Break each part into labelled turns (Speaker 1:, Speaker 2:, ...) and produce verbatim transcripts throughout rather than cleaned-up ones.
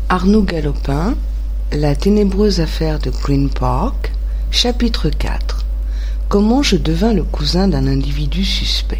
Speaker 1: Arnoux Galopin, La ténébreuse affaire de Green Park, chapitre quatre. Comment je devins le cousin d'un individu suspect.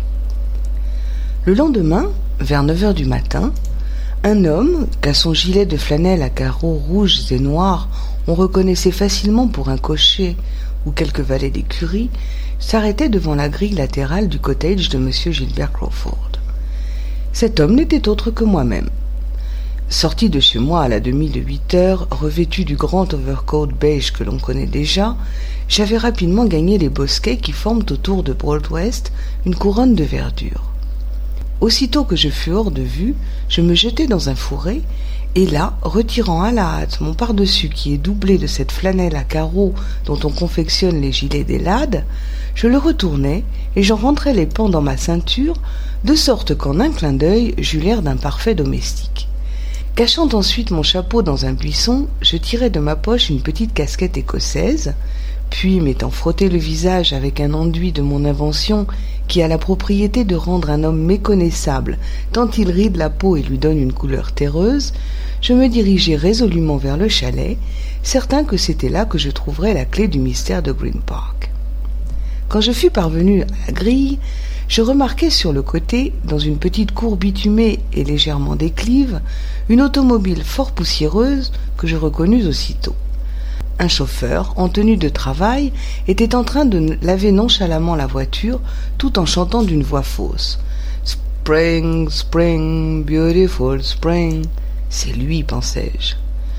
Speaker 1: Le lendemain, vers neuf heures du matin, un homme, qu'à son gilet de flanelle à carreaux rouges et noirs on reconnaissait facilement pour un cocher ou quelque valet d'écurie, s'arrêtait devant la grille latérale du cottage de M. Gilbert Crawford. Cet homme n'était autre que moi-même. Sorti de chez moi à la demie de huit heures, revêtu du grand overcoat beige que l'on connaît déjà, j'avais rapidement gagné les bosquets qui forment autour de Broadwest une couronne de verdure. Aussitôt que je fus hors de vue, je me jetai dans un fourré, et là, retirant à la hâte mon pardessus qui est doublé de cette flanelle à carreaux dont on confectionne les gilets des lades, je le retournai et j'en rentrai les pans dans ma ceinture, de sorte qu'en un clin d'œil j'eus l'air d'un parfait domestique. Cachant ensuite mon chapeau dans un buisson, je tirai de ma poche une petite casquette écossaise, puis, m'étant frotté le visage avec un enduit de mon invention qui a la propriété de rendre un homme méconnaissable tant il ride la peau et lui donne une couleur terreuse, je me dirigeai résolument vers le chalet, certain que c'était là que je trouverais la clé du mystère de Green Park. Quand je fus parvenu à la grille, je remarquai sur le côté, dans une petite cour bitumée et légèrement déclive, une automobile fort poussiéreuse que je reconnus aussitôt. Un chauffeur, en tenue de travail, était en train de laver nonchalamment la voiture, tout en chantant d'une voix fausse. « Spring, spring, beautiful spring !» C'est lui, pensai-je.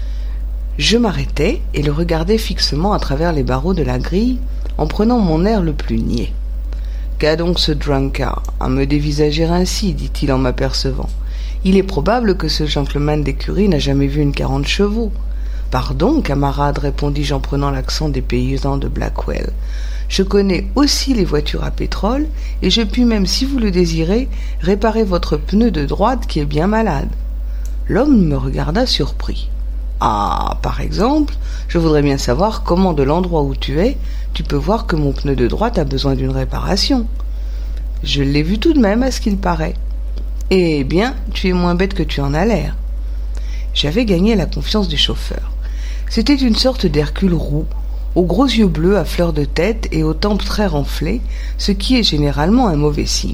Speaker 1: Je m'arrêtai et le regardai fixement à travers les barreaux de la grille, en prenant mon air le plus niais. « Qu'a donc ce drunkard à me dévisager ainsi ?» dit-il en m'apercevant. « Il est probable que ce gentleman d'écurie n'a jamais vu une quarante chevaux. » « Pardon, camarade, répondis-je en prenant l'accent des paysans de Blackwell. Je connais aussi les voitures à pétrole, et je puis même, si vous le désirez, réparer votre pneu de droite qui est bien malade. » L'homme me regarda surpris. « Ah, par exemple, je voudrais bien savoir comment de l'endroit où tu es, tu peux voir que mon pneu de droite a besoin d'une réparation. » Je l'ai vu tout de même, à ce qu'il paraît. « Eh bien, tu es moins bête que tu en as l'air. » J'avais gagné la confiance du chauffeur. C'était une sorte d'Hercule roux, aux gros yeux bleus à fleur de tête et aux tempes très renflées, ce qui est généralement un mauvais signe.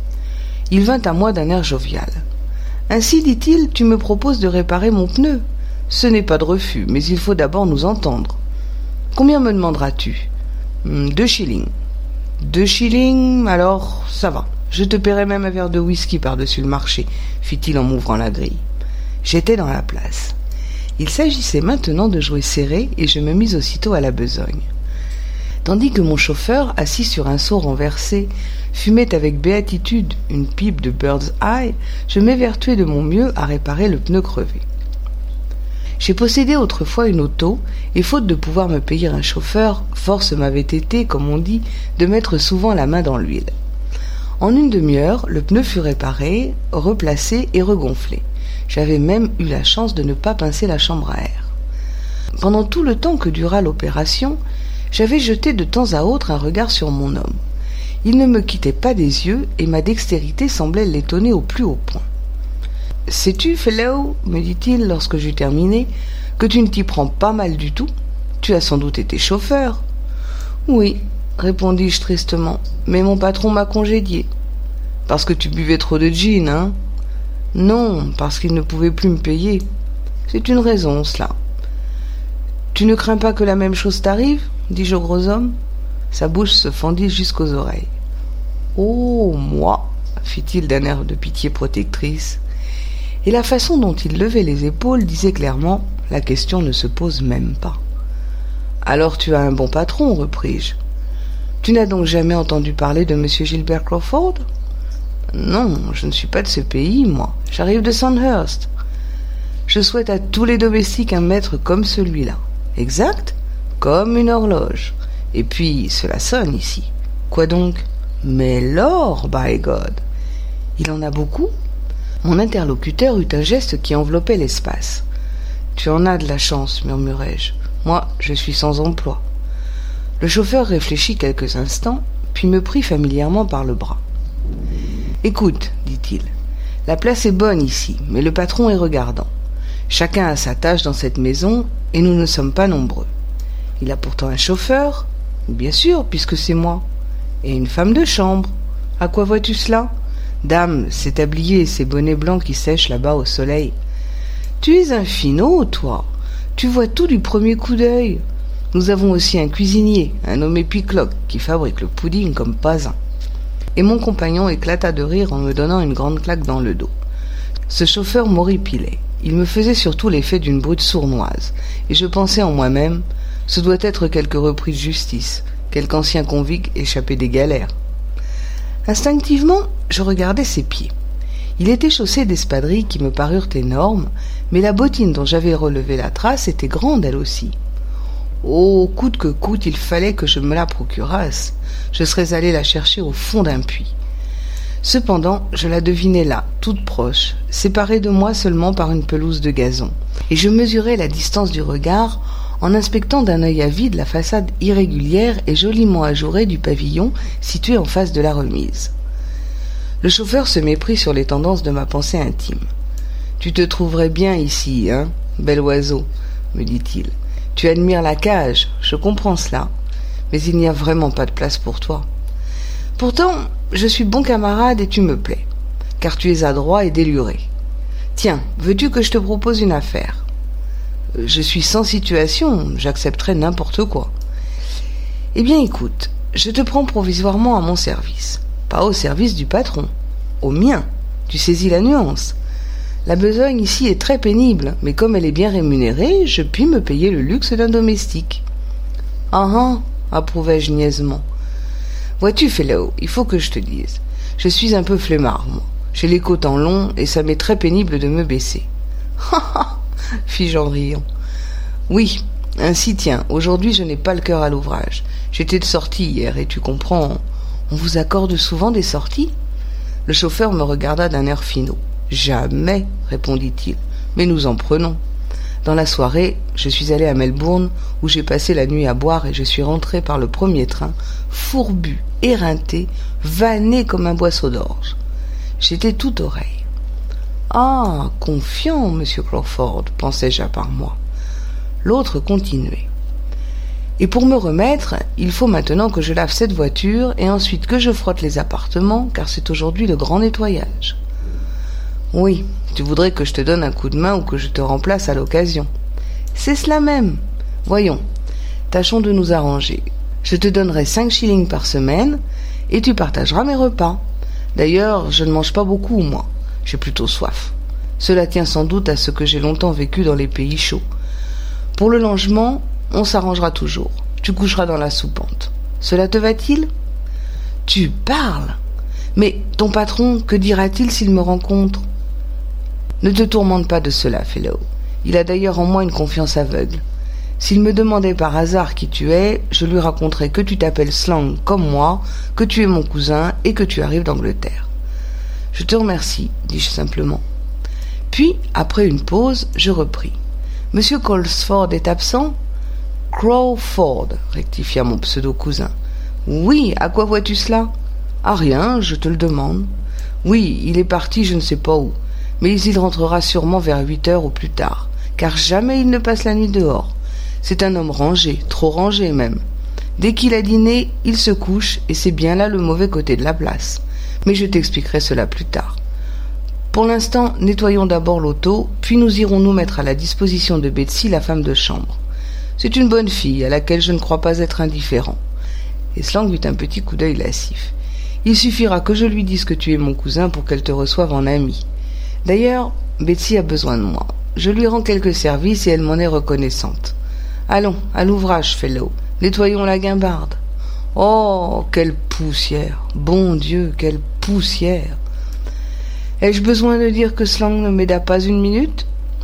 Speaker 1: Il vint à moi d'un air jovial. « Ainsi, dit-il, tu me proposes de réparer mon pneu. Ce n'est pas de refus, mais il faut d'abord nous entendre. Combien me demanderas-tu ? Hum, Deux shillings. Deux shillings, alors ça va. Je te paierai même un verre de whisky par-dessus le marché, fit-il en m'ouvrant la grille. J'étais dans la place. Il s'agissait maintenant de jouer serré et je me mis aussitôt à la besogne. Tandis que mon chauffeur, assis sur un seau renversé, fumait avec béatitude une pipe de bird's eye, je m'évertuai de mon mieux à réparer le pneu crevé. J'ai possédé autrefois une auto, et faute de pouvoir me payer un chauffeur, force m'avait été, comme on dit, de mettre souvent la main dans l'huile. En une demi-heure, le pneu fut réparé, replacé et regonflé. J'avais même eu la chance de ne pas pincer la chambre à air. Pendant tout le temps que dura l'opération, j'avais jeté de temps à autre un regard sur mon homme. Il ne me quittait pas des yeux et ma dextérité semblait l'étonner au plus haut point. « Sais-tu, fellow, me dit-il lorsque j'eus terminé, que tu ne t'y prends pas mal du tout ? Tu as sans doute été chauffeur. »« Oui, répondis-je tristement, mais mon patron m'a congédié. »« Parce que tu buvais trop de gin, hein ? » Non, parce qu'il ne pouvait plus me payer. C'est une raison, cela. Tu ne crains pas que la même chose t'arrive ? dis-je au gros homme. Sa bouche se fendit jusqu'aux oreilles. Oh, moi, fit-il d'un air de pitié protectrice. Et la façon dont il levait les épaules disait clairement, la question ne se pose même pas. Alors tu as un bon patron, repris-je. Tu n'as donc jamais entendu parler de M. Gilbert Crawford ? Non, je ne suis pas de ce pays, moi. J'arrive de Sandhurst. Je souhaite à tous les domestiques un maître comme celui-là. Exact ? Comme une horloge. Et puis, cela sonne ici. Quoi donc ? Mais l'or, by God ! Il en a beaucoup ? Mon interlocuteur eut un geste qui enveloppait l'espace. Tu en as de la chance, murmurai-je. Moi, je suis sans emploi. Le chauffeur réfléchit quelques instants, puis me prit familièrement par le bras. « Écoute, dit-il, la place est bonne ici, mais le patron est regardant. Chacun a sa tâche dans cette maison, et nous ne sommes pas nombreux. Il a pourtant un chauffeur, bien sûr, puisque c'est moi, et une femme de chambre. À quoi vois-tu cela? Dame, ces tabliers et ces bonnets blancs qui sèchent là-bas au soleil. Tu es un finaud, toi. Tu vois tout du premier coup d'œil. Nous avons aussi un cuisinier, un nommé Picklock, qui fabrique le pudding comme pas un. Et mon compagnon éclata de rire en me donnant une grande claque dans le dos. Ce chauffeur m'horripilait. Il me faisait surtout l'effet d'une brute sournoise, et je pensais en moi-même, ce doit être quelque repris de justice, quelque ancien convict échappé des galères. Instinctivement, je regardais ses pieds. Il était chaussé d'espadrilles qui me parurent énormes, mais la bottine dont j'avais relevé la trace était grande elle aussi. Oh, coûte que coûte, il fallait que je me la procurasse. Je serais allé la chercher au fond d'un puits. Cependant, je la devinais là, toute proche, séparée de moi seulement par une pelouse de gazon, et je mesurais la distance du regard en inspectant d'un œil avide la façade irrégulière et joliment ajourée du pavillon situé en face de la remise. Le chauffeur se méprit sur les tendances de ma pensée intime. « Tu te trouverais bien ici, hein, bel oiseau ?» me dit-il. « Tu admires la cage, je comprends cela, mais il n'y a vraiment pas de place pour toi. Pourtant, je suis bon camarade et tu me plais, car tu es adroit et déluré. Tiens, veux-tu que je te propose une affaire ? Je suis sans situation, j'accepterai n'importe quoi. Eh bien écoute, je te prends provisoirement à mon service. Pas au service du patron, au mien. Tu saisis la nuance. La besogne ici est très pénible, mais comme elle est bien rémunérée, je puis me payer le luxe d'un domestique. Ah ah, approuvai-je niaisement. Vois-tu, fellow, il faut que je te dise. Je suis un peu flemmard, moi. J'ai les côtes en long, et ça m'est très pénible de me baisser. Ha ha, fis-je en riant. Oui, ainsi tiens, aujourd'hui je n'ai pas le cœur à l'ouvrage. J'étais de sortie hier, et tu comprends... On vous accorde souvent des sorties ? Le chauffeur me regarda d'un air finaud. Jamais, répondit-il, mais nous en prenons. Dans la soirée, je suis allé à Melbourne, où j'ai passé la nuit à boire et je suis rentré par le premier train, fourbu, éreinté, vanné comme un boisseau d'orge. J'étais tout oreille. Ah, confiant, monsieur Crawford, pensai-je à part moi. L'autre continuait. Et pour me remettre, il faut maintenant que je lave cette voiture et ensuite que je frotte les appartements, car c'est aujourd'hui le grand nettoyage. Oui, tu voudrais que je te donne un coup de main ou que je te remplace à l'occasion. C'est cela même. Voyons, tâchons de nous arranger. Je te donnerai cinq shillings par semaine et tu partageras mes repas. D'ailleurs, je ne mange pas beaucoup, moi. J'ai plutôt soif. Cela tient sans doute à ce que j'ai longtemps vécu dans les pays chauds. Pour le logement, on s'arrangera toujours. Tu coucheras dans la soupente. Cela te va-t-il ? Tu parles ? Mais ton patron, que dira-t-il s'il me rencontre ? Ne te tourmente pas de cela, fellow. Il a d'ailleurs en moi une confiance aveugle. S'il me demandait par hasard qui tu es, je lui raconterais que tu t'appelles Slang comme moi, que tu es mon cousin et que tu arrives d'Angleterre. Je te remercie, dis-je simplement. Puis, après une pause, je repris. Monsieur Colsford est absent ? Crawford, rectifia mon pseudo-cousin. Oui, à quoi vois-tu cela ? À rien, je te le demande. Oui, il est parti je ne sais pas où, mais il rentrera sûrement vers huit heures au plus tard, car jamais il ne passe la nuit dehors. C'est un homme rangé, trop rangé même. Dès qu'il a dîné, il se couche, et c'est bien là le mauvais côté de la place. Mais je t'expliquerai cela plus tard. Pour l'instant, nettoyons d'abord l'auto, puis nous irons nous mettre à la disposition de Betsy, la femme de chambre. C'est une bonne fille, à laquelle je ne crois pas être indifférent. Et Slang eut un petit coup d'œil lascif. Il suffira que je lui dise que tu es mon cousin pour qu'elle te reçoive en ami. D'ailleurs, Betsy a besoin de moi. Je lui rends quelques services et elle m'en est reconnaissante. Allons, à l'ouvrage, fellow. Nettoyons la guimbarde. Oh, quelle poussière! Bon Dieu, quelle poussière! Ai-je besoin de dire que Slang ne m'aida pas une minute ?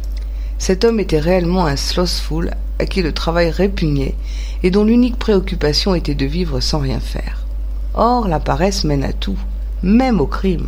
Speaker 1: Cet homme était réellement un slothful à qui le travail répugnait et dont l'unique préoccupation était de vivre sans rien faire. Or, la paresse mène à tout, même au crime.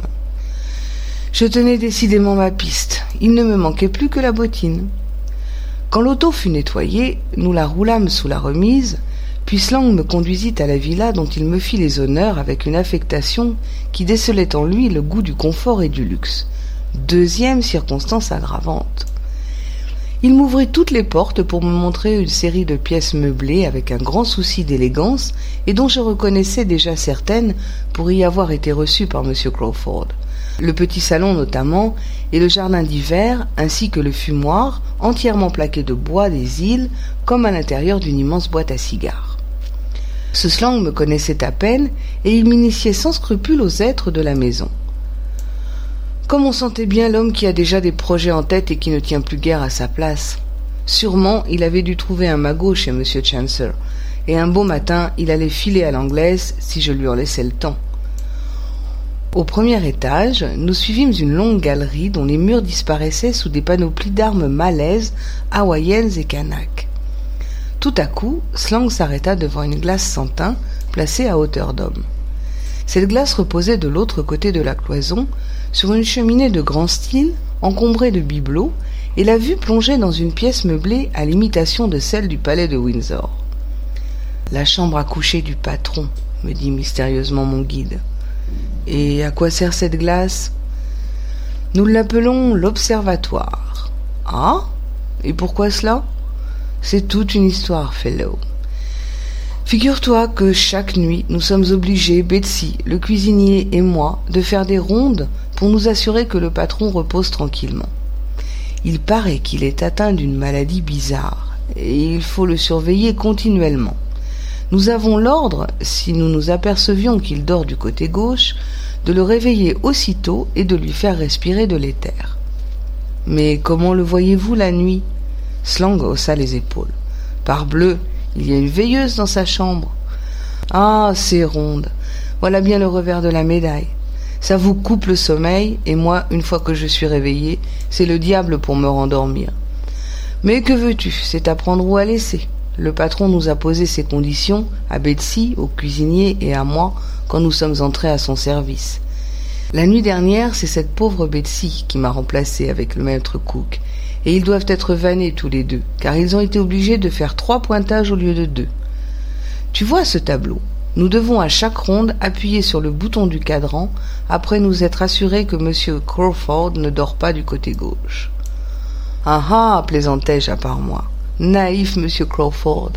Speaker 1: Je tenais décidément ma piste. Il ne me manquait plus que la bottine. Quand l'auto fut nettoyée, nous la roulâmes sous la remise, puis Slang me conduisit à la villa dont il me fit les honneurs avec une affectation qui décelait en lui le goût du confort et du luxe. Deuxième circonstance aggravante. Il m'ouvrit toutes les portes pour me montrer une série de pièces meublées avec un grand souci d'élégance et dont je reconnaissais déjà certaines pour y avoir été reçu par M. Crawford. Le petit salon notamment, et le jardin d'hiver, ainsi que le fumoir, entièrement plaqué de bois des îles, comme à l'intérieur d'une immense boîte à cigares. Ce Slang me connaissait à peine, et il m'initiait sans scrupule aux êtres de la maison. Comme on sentait bien l'homme qui a déjà des projets en tête et qui ne tient plus guère à sa place. Sûrement, il avait dû trouver un magot chez M. Chancer, et un beau matin, il allait filer à l'anglaise si je lui en laissais le temps. Au premier étage, nous suivîmes une longue galerie dont les murs disparaissaient sous des panoplies d'armes malaises, hawaïennes et kanaks. Tout à coup, Slang s'arrêta devant une glace sans teint, placée à hauteur d'homme. Cette glace reposait de l'autre côté de la cloison, sur une cheminée de grand style, encombrée de bibelots, et la vue plongeait dans une pièce meublée à l'imitation de celle du palais de Windsor. « La chambre à coucher du patron », me dit mystérieusement mon guide. « Et à quoi sert cette glace ?»« Nous l'appelons l'observatoire. »« Ah ? Et pourquoi cela ?»« C'est toute une histoire, fellow. Figure-toi que chaque nuit, nous sommes obligés, Betsy, le cuisinier et moi, de faire des rondes pour nous assurer que le patron repose tranquillement. Il paraît qu'il est atteint d'une maladie bizarre, et il faut le surveiller continuellement. Nous avons l'ordre, si nous nous apercevions qu'il dort du côté gauche, de le réveiller aussitôt et de lui faire respirer de l'éther. Mais comment le voyez-vous la nuit ? Slang haussa les épaules. Parbleu, il y a une veilleuse dans sa chambre. Ah, c'est ronde. Voilà bien le revers de la médaille. Ça vous coupe le sommeil, et moi, une fois que je suis réveillé, c'est le diable pour me rendormir. Mais que veux-tu, c'est à prendre ou à laisser. Le patron nous a posé ses conditions, à Betsy, au cuisinier et à moi, quand nous sommes entrés à son service. La nuit dernière, c'est cette pauvre Betsy qui m'a remplacé avec le maître cook, et ils doivent être vannés tous les deux, car ils ont été obligés de faire trois pointages au lieu de deux. Tu vois ce tableau ? Nous devons à chaque ronde appuyer sur le bouton du cadran, après nous être assurés que M. Crawford ne dort pas du côté gauche. Ah ah, plaisantai-je à part moi. Naïf, M. Crawford.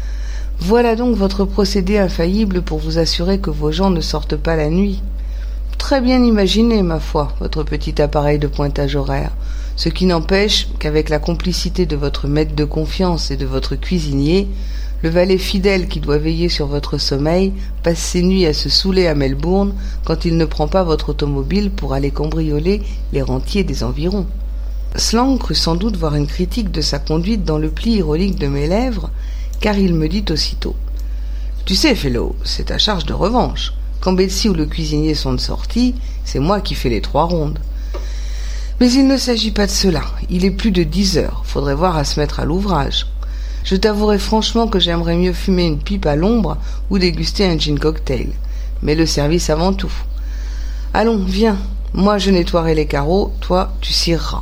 Speaker 1: Voilà donc votre procédé infaillible pour vous assurer que vos gens ne sortent pas la nuit. Très bien imaginé, ma foi, votre petit appareil de pointage horaire, ce qui n'empêche qu'avec la complicité de votre maître de confiance et de votre cuisinier, le valet fidèle qui doit veiller sur votre sommeil passe ses nuits à se saouler à Melbourne quand il ne prend pas votre automobile pour aller cambrioler les rentiers des environs. Slang crut sans doute voir une critique de sa conduite dans le pli ironique de mes lèvres, car il me dit aussitôt « Tu sais, fellow, c'est à charge de revanche. Quand Betsy ou le cuisinier sont de sortie, c'est moi qui fais les trois rondes. » Mais il ne s'agit pas de cela. Il est plus de dix heures. Faudrait voir à se mettre à l'ouvrage. Je t'avouerai franchement que j'aimerais mieux fumer une pipe à l'ombre ou déguster un gin cocktail. Mais le service avant tout. Allons, viens. Moi, je nettoierai les carreaux. Toi, tu cireras.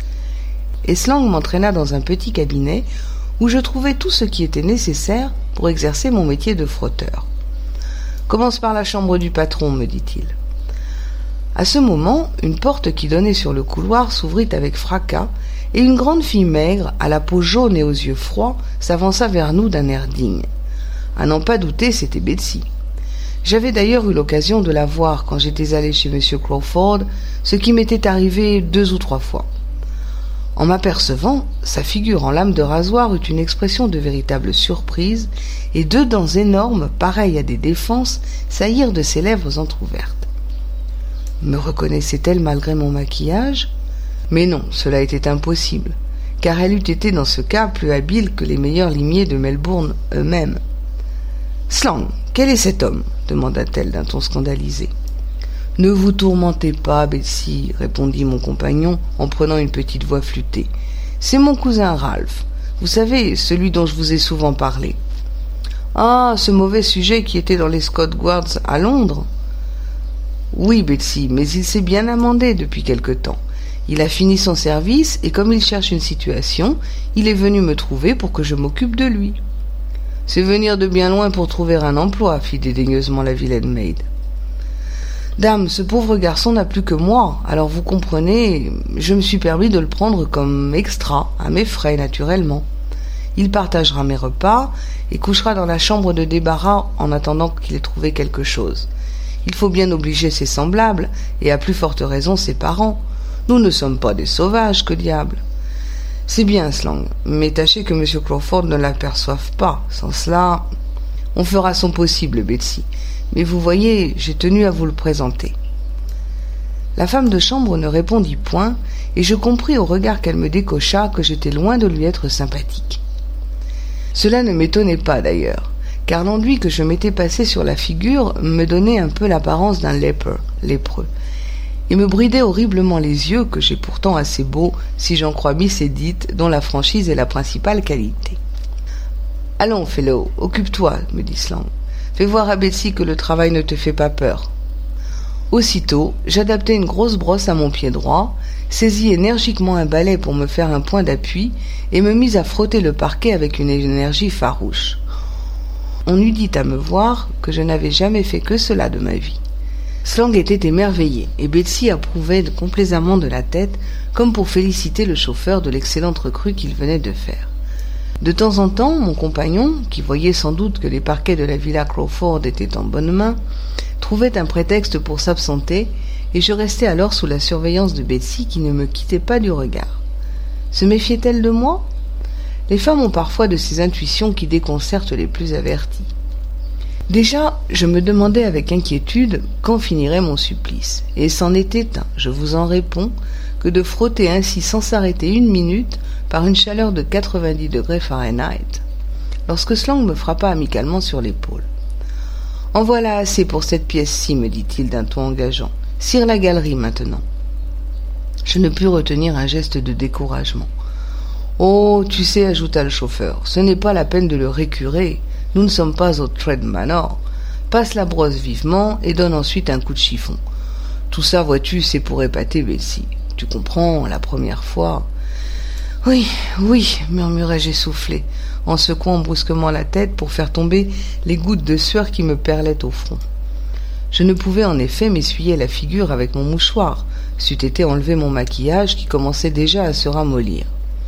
Speaker 1: Et Slang m'entraîna dans un petit cabinet où je trouvai tout ce qui était nécessaire pour exercer mon métier de frotteur. « Commence par la chambre du patron, me dit-il. » À ce moment, une porte qui donnait sur le couloir s'ouvrit avec fracas et une grande fille maigre, à la peau jaune et aux yeux froids, s'avança vers nous d'un air digne. À n'en pas douter, c'était Betsy. J'avais d'ailleurs eu l'occasion de la voir quand j'étais allé chez M. Crawford, ce qui m'était arrivé deux ou trois fois. En m'apercevant, sa figure en lame de rasoir eut une expression de véritable surprise, et deux dents énormes, pareilles à des défenses, saillirent de ses lèvres entr'ouvertes. Me reconnaissait-elle malgré mon maquillage ? Mais non, cela était impossible, car elle eût été dans ce cas plus habile que les meilleurs limiers de Melbourne eux-mêmes. « Slang, quel est cet homme ?» demanda-t-elle d'un ton scandalisé. « Ne vous tourmentez pas, Betsy, » répondit mon compagnon en prenant une petite voix flûtée. « C'est mon cousin Ralph, vous savez, celui dont je vous ai souvent parlé. »« Ah, ce mauvais sujet qui était dans les Scott Guards à Londres ?»« Oui, Betsy, mais il s'est bien amendé depuis quelque temps. Il a fini son service et comme il cherche une situation, il est venu me trouver pour que je m'occupe de lui. »« C'est venir de bien loin pour trouver un emploi, » fit dédaigneusement la vilaine maid. Dame, ce pauvre garçon n'a plus que moi, alors vous comprenez, je me suis permis de le prendre comme extra, à mes frais naturellement. Il partagera mes repas et couchera dans la chambre de débarras en attendant qu'il ait trouvé quelque chose. Il faut bien obliger ses semblables, et à plus forte raison ses parents. Nous ne sommes pas des sauvages, que diable. C'est bien, Slang, mais tâchez que M. Crawford ne l'aperçoive pas. Sans cela, on fera son possible, Betsy. Mais vous voyez, j'ai tenu à vous le présenter. La femme de chambre ne répondit point, et je compris au regard qu'elle me décocha que j'étais loin de lui être sympathique. Cela ne m'étonnait pas d'ailleurs, car l'enduit que je m'étais passé sur la figure me donnait un peu l'apparence d'un léper, lépreux, et me bridait horriblement les yeux, que j'ai pourtant assez beaux, si j'en crois Miss Edith, dont la franchise est la principale qualité. « Allons, fellow, occupe-toi, me dit Slang. Fais voir à Betsy que le travail ne te fait pas peur. » Aussitôt, j'adaptai une grosse brosse à mon pied droit, saisis énergiquement un balai pour me faire un point d'appui et me mis à frotter le parquet avec une énergie farouche. On eût dit à me voir que je n'avais jamais fait que cela de ma vie. Slang était émerveillé et Betsy approuvait complaisamment de la tête, comme pour féliciter le chauffeur de l'excellente recrue qu'il venait de faire. De temps en temps, mon compagnon, qui voyait sans doute que les parquets de la villa Crawford étaient en bonne main, trouvait un prétexte pour s'absenter, et je restais alors sous la surveillance de Betsy qui ne me quittait pas du regard. Se méfiait-elle de moi ? Les femmes ont parfois de ces intuitions qui déconcertent les plus avertis. Déjà, je me demandais avec inquiétude quand finirait mon supplice, et c'en était un, je vous en réponds, que de frotter ainsi sans s'arrêter une minute par une chaleur de quatre-vingt-dix degrés Fahrenheit, lorsque Slang me frappa amicalement sur l'épaule. « En voilà assez pour cette pièce-ci, me dit-il d'un ton engageant. Cire la galerie maintenant. » Je ne pus retenir un geste de découragement. « Oh, tu sais, ajouta le chauffeur, ce n'est pas la peine de le récurer. Nous ne sommes pas au Tread Manor. Passe la brosse vivement et donne ensuite un coup de chiffon. Tout ça, vois-tu, c'est pour épater Betsy. Tu comprends, la première fois... » « Oui, oui, murmurai-je essoufflé, en secouant brusquement la tête pour faire tomber les gouttes de sueur qui me perlaient au front. Je ne pouvais en effet m'essuyer la figure avec mon mouchoir, c'eût été enlever mon maquillage qui commençait déjà à se ramollir.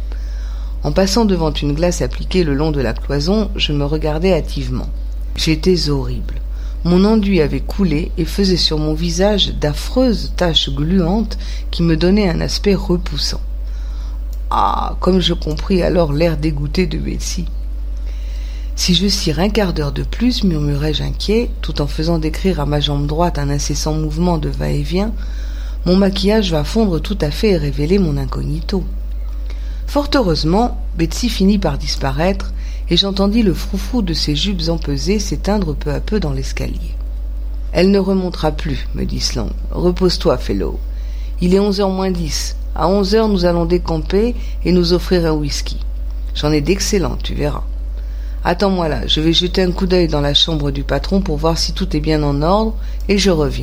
Speaker 1: En passant devant une glace appliquée le long de la cloison, je me regardais hâtivement. J'étais horrible. Mon enduit avait coulé et faisait sur mon visage d'affreuses taches gluantes qui me donnaient un aspect repoussant. Ah, comme je compris alors l'air dégoûté de Betsy. Si je cire un quart d'heure de plus, murmurai-je inquiet, tout en faisant décrire à ma jambe droite un incessant mouvement de va-et-vient, mon maquillage va fondre tout à fait et révéler mon incognito. Fort heureusement, Betsy finit par disparaître, et j'entendis le froufrou de ses jupes empesées s'éteindre peu à peu dans l'escalier. « Elle ne remontera plus, me dit Slang. Repose-toi, fellow. Il est onze heures moins dix. À onze heures, nous allons décamper et nous offrir un whisky. J'en ai d'excellents, tu verras. Attends-moi là, je vais jeter un coup d'œil dans la chambre du patron pour voir si tout est bien en ordre, et je reviens. »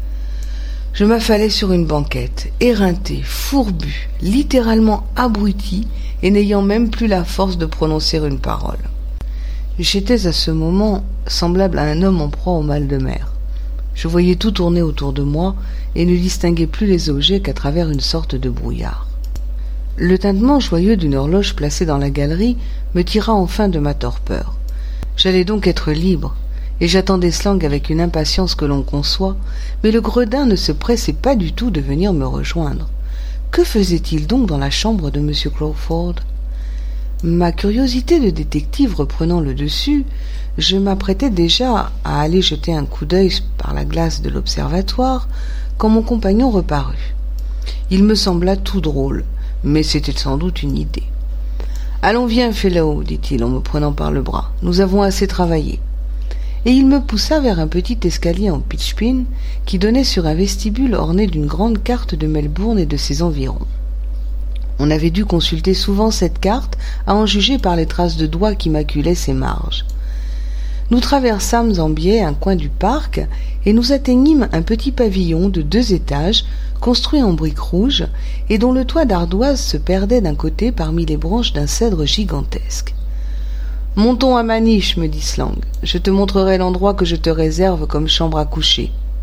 Speaker 1: Je m'affalais sur une banquette, éreinté, fourbu, littéralement abruti, et n'ayant même plus la force de prononcer une parole. J'étais à ce moment semblable à un homme en proie au mal de mer. Je voyais tout tourner autour de moi et ne distinguais plus les objets qu'à travers une sorte de brouillard. Le tintement joyeux d'une horloge placée dans la galerie me tira enfin de ma torpeur. J'allais donc être libre, et j'attendais Slang avec une impatience que l'on conçoit, mais le gredin ne se pressait pas du tout de venir me rejoindre. Que faisait-il donc dans la chambre de M. Crawford ? Ma curiosité de détective reprenant le dessus, je m'apprêtais déjà à aller jeter un coup d'œil par la glace de l'observatoire quand mon compagnon reparut. Il me sembla tout drôle, mais c'était sans doute une idée. « Allons, viens, fellow, dit-il en me prenant par le bras. Nous avons assez travaillé. » Et il me poussa vers un petit escalier en pitchpin qui donnait sur un vestibule orné d'une grande carte de Melbourne et de ses environs. On avait dû consulter souvent cette carte, à en juger par les traces de doigts qui maculaient ses marges. Nous traversâmes en biais un coin du parc et nous atteignîmes un petit pavillon de deux étages construit en briques rouges et dont le toit d'ardoise se perdait d'un côté parmi les branches d'un cèdre gigantesque. « Montons à ma niche, me dit Slang. Je te montrerai l'endroit que je te réserve comme chambre à coucher. »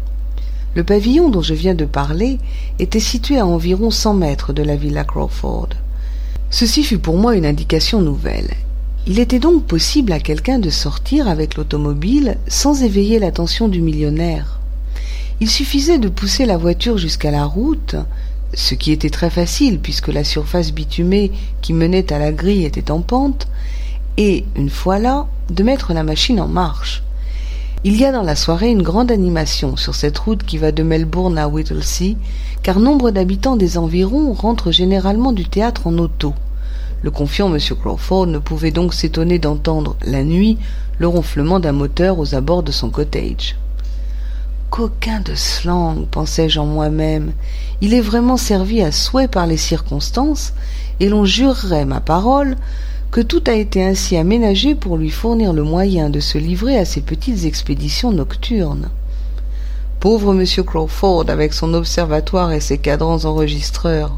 Speaker 1: Le pavillon dont je viens de parler était situé à environ cent mètres de la villa Crawford. Ceci fut pour moi une indication nouvelle. Il était donc possible à quelqu'un de sortir avec l'automobile sans éveiller l'attention du millionnaire. Il suffisait de pousser la voiture jusqu'à la route, ce qui était très facile puisque la surface bitumée qui menait à la grille était en pente, et, une fois là, de mettre la machine en marche. Il y a dans la soirée une grande animation sur cette route qui va de Melbourne à Whittlesea, car nombre d'habitants des environs rentrent généralement du théâtre en auto. Le confiant M. Crawford ne pouvait donc s'étonner d'entendre, la nuit, le ronflement d'un moteur aux abords de son cottage. Coquin de Slang, pensais-je en moi-même, il est vraiment servi à souhait par les circonstances, et l'on jurerait ma parole que tout a été ainsi aménagé pour lui fournir le moyen de se livrer à ses petites expéditions nocturnes. Pauvre M. Crawford avec son observatoire et ses cadrans enregistreurs.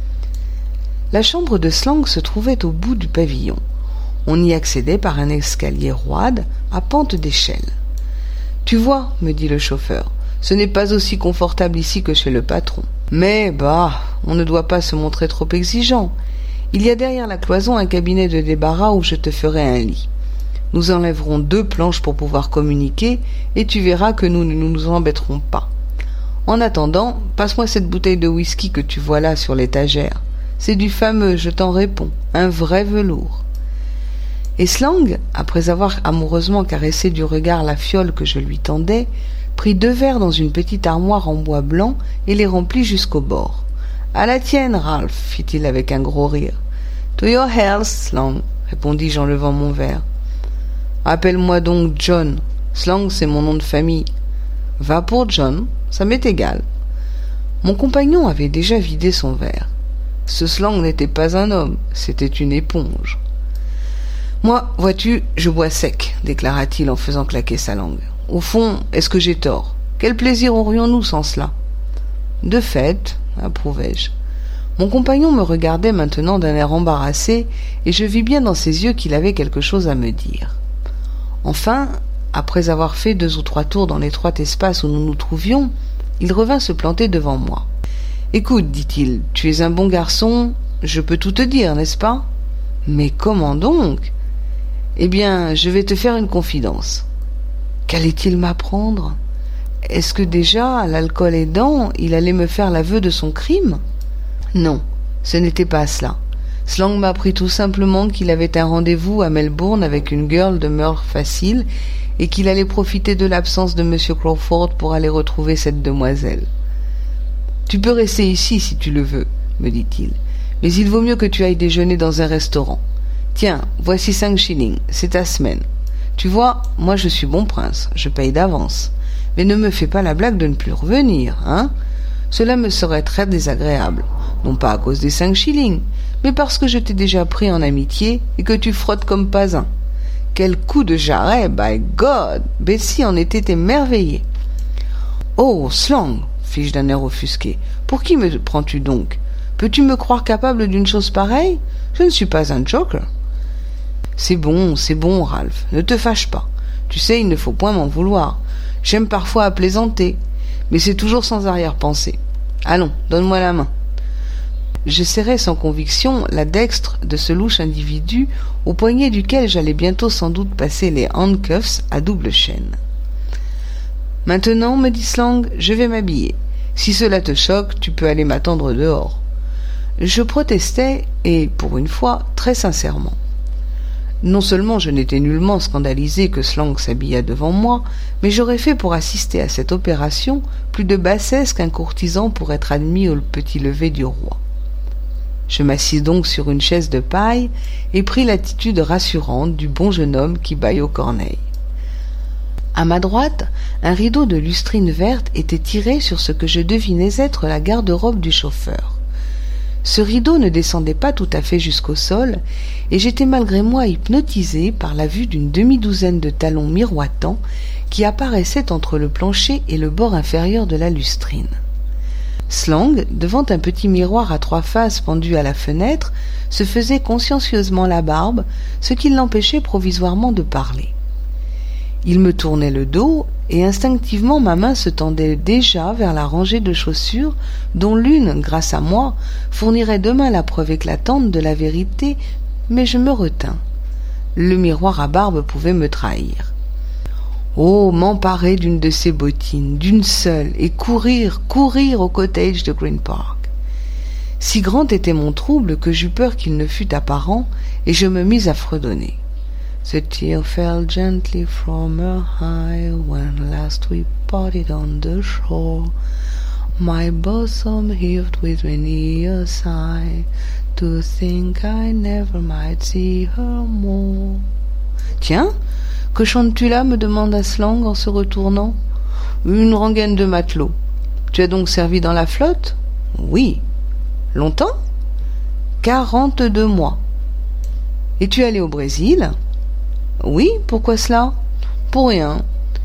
Speaker 1: La chambre de Slang se trouvait au bout du pavillon. On y accédait par un escalier roide à pente d'échelle. « Tu vois, me dit le chauffeur, ce n'est pas aussi confortable ici que chez le patron. Mais, bah, on ne doit pas se montrer trop exigeant. Il y a derrière la cloison un cabinet de débarras où je te ferai un lit. Nous enlèverons deux planches pour pouvoir communiquer, et tu verras que nous ne nous embêterons pas. En attendant, passe-moi cette bouteille de whisky que tu vois là sur l'étagère. C'est du fameux, je t'en réponds, un vrai velours. » Et Slang, après avoir amoureusement caressé du regard la fiole que je lui tendais, prit deux verres dans une petite armoire en bois blanc et les remplit jusqu'au bord. « À la tienne, Ralph, fit-il avec un gros rire. « To your health, Slang, répondis-je en levant mon verre. « Appelle-moi donc John. Slang, c'est mon nom de famille. »« Va pour John, ça m'est égal. » Mon compagnon avait déjà vidé son verre. Ce Slang n'était pas un homme, c'était une éponge. « Moi, vois-tu, je bois sec, déclara-t-il en faisant claquer sa langue. Au fond, est-ce que j'ai tort? Quel plaisir aurions-nous sans cela? De fait, approuvai-je. Mon compagnon me regardait maintenant d'un air embarrassé, et je vis bien dans ses yeux qu'il avait quelque chose à me dire. Enfin, après avoir fait deux ou trois tours dans l'étroit espace où nous nous trouvions, il revint se planter devant moi. « Écoute, dit-il, tu es un bon garçon, je peux tout te dire, n'est-ce pas? »« Mais comment donc ?»« Eh bien, je vais te faire une confidence. » Qu'allait-il m'apprendre? Est-ce que déjà, l'alcool aidant, il allait me faire l'aveu de son crime? Non, ce n'était pas cela. Slang m'apprit tout simplement qu'il avait un rendez-vous à Melbourne avec une girl de mœurs faciles et qu'il allait profiter de l'absence de M. Crawford pour aller retrouver cette demoiselle. « Tu peux rester ici si tu le veux, » me dit-il, « mais il vaut mieux que tu ailles déjeuner dans un restaurant. Tiens, voici cinq shillings, c'est ta semaine. Tu vois, moi je suis bon prince, je paye d'avance. Mais ne me fais pas la blague de ne plus revenir, hein? Cela me serait très désagréable, non pas à cause des cinq shillings, mais parce que je t'ai déjà pris en amitié et que tu frottes comme pas un. Quel coup de jarret, by God! Bessie en était émerveillée. « Oh, Slang !» fis-je d'un air offusqué. « Pour qui me prends-tu donc? Peux-tu me croire capable d'une chose pareille? Je ne suis pas un joker. »« C'est bon, c'est bon, Ralph, ne te fâche pas. Tu sais, il ne faut point m'en vouloir. J'aime parfois à plaisanter, mais c'est toujours sans arrière-pensée. Allons, donne-moi la main. » Je serrai sans conviction la dextre de ce louche individu au poignet duquel j'allais bientôt sans doute passer les handcuffs à double chaîne. « Maintenant, me dit Slang, je vais m'habiller. Si cela te choque, tu peux aller m'attendre dehors. » Je protestais, et, pour une fois, très sincèrement. Non seulement je n'étais nullement scandalisé que Slang s'habillât devant moi, mais j'aurais fait pour assister à cette opération plus de bassesse qu'un courtisan pour être admis au petit lever du roi. Je m'assis donc sur une chaise de paille et pris l'attitude rassurante du bon jeune homme qui bâille aux corneilles. À ma droite, un rideau de lustrine verte était tiré sur ce que je devinais être la garde-robe du chauffeur. Ce rideau ne descendait pas tout à fait jusqu'au sol, et j'étais malgré moi hypnotisé par la vue d'une demi-douzaine de talons miroitants qui apparaissaient entre le plancher et le bord inférieur de la lustrine. Slang, devant un petit miroir à trois faces pendu à la fenêtre, se faisait consciencieusement la barbe, ce qui l'empêchait provisoirement de parler. Il me tournait le dos, et instinctivement ma main se tendait déjà vers la rangée de chaussures dont l'une, grâce à moi, fournirait demain la preuve éclatante de la vérité, mais je me retins. Le miroir à barbe pouvait me trahir. Oh, m'emparer d'une de ces bottines, d'une seule, et courir, courir au cottage de Green Park. Si grand était mon trouble que j'eus peur qu'il ne fût apparent, et je me mis à fredonner. The tear fell gently from her eye when last we parted on the shore. My bosom heaved with many a sigh to think I never might see her more. Tiens, que chantes-tu là, me demanda Slang en se retournant. Une rengaine de matelot. Tu as donc servi dans la flotte? Oui. Longtemps? Quarante-deux mois. Es-tu allé au Brésil? Oui, pourquoi cela? Pour rien.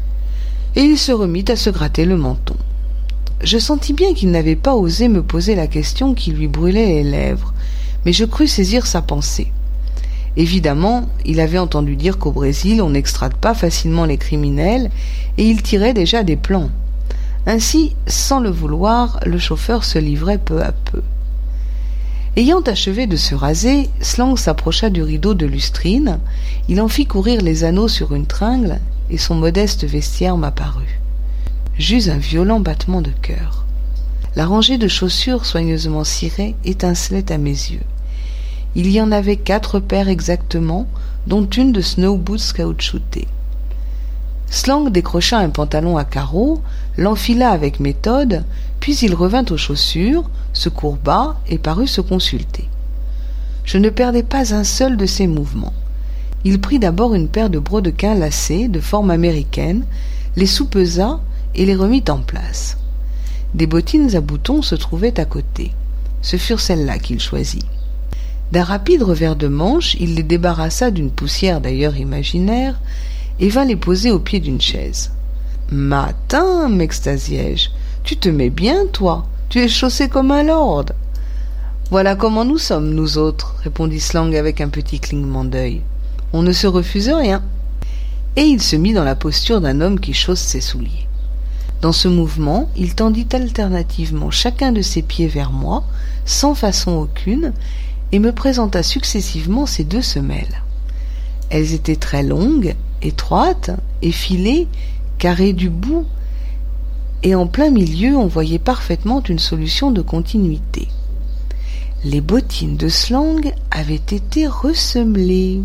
Speaker 1: Et il se remit à se gratter le menton. Je sentis bien qu'il n'avait pas osé me poser la question qui lui brûlait les lèvres, mais je crus saisir sa pensée. Évidemment, il avait entendu dire qu'au Brésil on n'extrade pas facilement les criminels, et il tirait déjà des plans. Ainsi, sans le vouloir, le chauffeur se livrait peu à peu. Ayant achevé de se raser, Slang s'approcha du rideau de lustrine, il en fit courir les anneaux sur une tringle, et son modeste vestiaire m'apparut. J'eus un violent battement de cœur. La rangée de chaussures soigneusement cirées étincelait à mes yeux. Il y en avait quatre paires exactement, dont une de snow boots caoutchoutés. Slang décrocha un pantalon à carreaux, l'enfila avec méthode, puis il revint aux chaussures, se courba et parut se consulter. Je ne perdais pas un seul de ses mouvements. Il prit d'abord une paire de brodequins lacés de forme américaine, les soupesa et les remit en place. Des bottines à boutons se trouvaient à côté. Ce furent celles-là qu'il choisit. D'un rapide revers de manche, il les débarrassa d'une poussière d'ailleurs imaginaire et vint les poser au pied d'une chaise. « Matin, m'extasiai-je, tu te mets bien, toi, tu es chaussé comme un lord. »« Voilà comment nous sommes, nous autres, » répondit Slang avec un petit clignement d'œil. « On ne se refuse rien. » Et il se mit dans la posture d'un homme qui chausse ses souliers. Dans ce mouvement, il tendit alternativement chacun de ses pieds vers moi, sans façon aucune, et me présenta successivement ses deux semelles. Elles étaient très longues, étroites, effilées, carrées du bout, et en plein milieu on voyait parfaitement une solution de continuité. Les bottines de Slang avaient été ressemelées.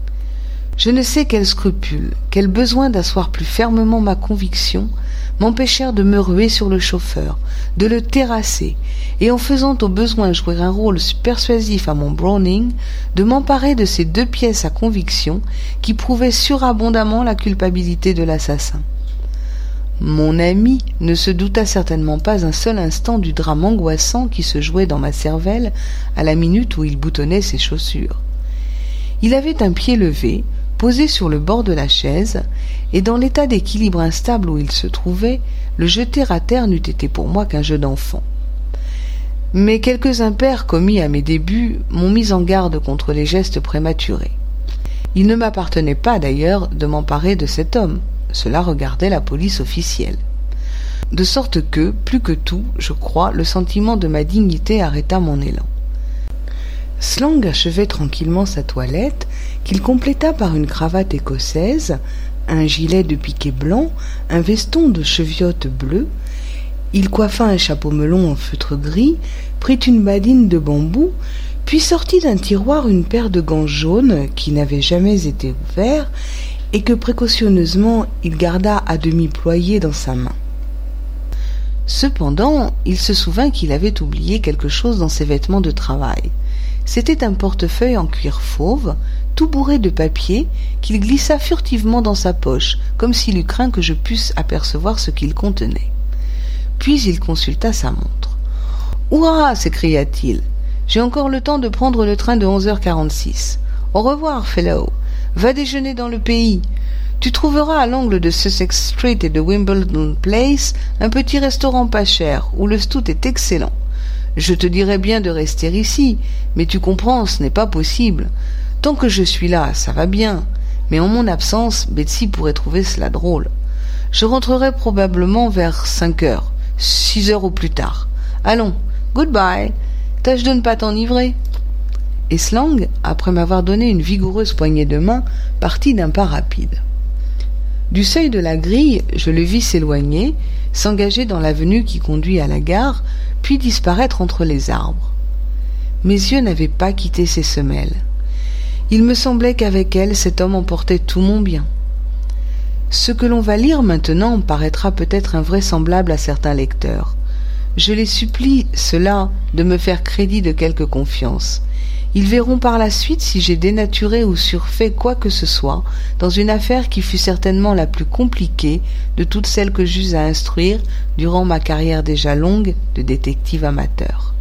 Speaker 1: Je ne sais quel scrupule, quel besoin d'asseoir plus fermement ma conviction m'empêchèrent de me ruer sur le chauffeur, de le terrasser, et en faisant au besoin jouer un rôle persuasif à mon Browning, de m'emparer de ces deux pièces à conviction qui prouvaient surabondamment la culpabilité de l'assassin. Mon ami ne se douta certainement pas un seul instant du drame angoissant qui se jouait dans ma cervelle à la minute où il boutonnait ses chaussures. Il avait un pied levé, posé sur le bord de la chaise, et dans l'état d'équilibre instable où il se trouvait, le jeter à terre n'eût été pour moi qu'un jeu d'enfant. Mais quelques impairs commis à mes débuts m'ont mis en garde contre les gestes prématurés. Il ne m'appartenait pas d'ailleurs de m'emparer de cet homme, cela regardait la police officielle. De sorte que, plus que tout, je crois, le sentiment de ma dignité arrêta mon élan. Slang achevait tranquillement sa toilette, qu'il compléta par une cravate écossaise, un gilet de piqué blanc, un veston de cheviote bleue. Il coiffa un chapeau melon en feutre gris, prit une badine de bambou, puis sortit d'un tiroir une paire de gants jaunes qui n'avaient jamais été ouverts et que précautionneusement il garda à demi ployés dans sa main. Cependant, il se souvint qu'il avait oublié quelque chose dans ses vêtements de travail. C'était un portefeuille en cuir fauve, tout bourré de papier, qu'il glissa furtivement dans sa poche, comme s'il eût craint que je pusse apercevoir ce qu'il contenait. Puis il consulta sa montre. « Hurrah !» s'écria-t-il. « J'ai encore le temps de prendre le train de onze heures quarante-six. Au revoir, fellow. Va déjeuner dans le pays. Tu trouveras à l'angle de Sussex Street et de Wimbledon Place un petit restaurant pas cher, où le stout est excellent. Je te dirais bien de rester ici, mais tu comprends, ce n'est pas possible. Tant que je suis là, ça va bien. mais en mon absence, Betsy pourrait trouver cela drôle. Je rentrerai probablement vers cinq heures, six heures au plus tard. Allons, goodbye, tâche de ne pas t'enivrer. Et Slang, après m'avoir donné une vigoureuse poignée de main, partit d'un pas rapide. Du seuil de la grille, je le vis s'éloigner, s'engager dans l'avenue qui conduit à la gare, puis disparaître entre les arbres. Mes yeux n'avaient pas quitté ses semelles. Il me semblait qu'avec elles, cet homme emportait tout mon bien. Ce que l'on va lire maintenant paraîtra peut-être invraisemblable à certains lecteurs. Je les supplie, ceux-là, de me faire crédit de quelque confiance. Ils verront par la suite si j'ai dénaturé ou surfait quoi que ce soit dans une affaire qui fut certainement la plus compliquée de toutes celles que j'eus à instruire durant ma carrière déjà longue de détective amateur.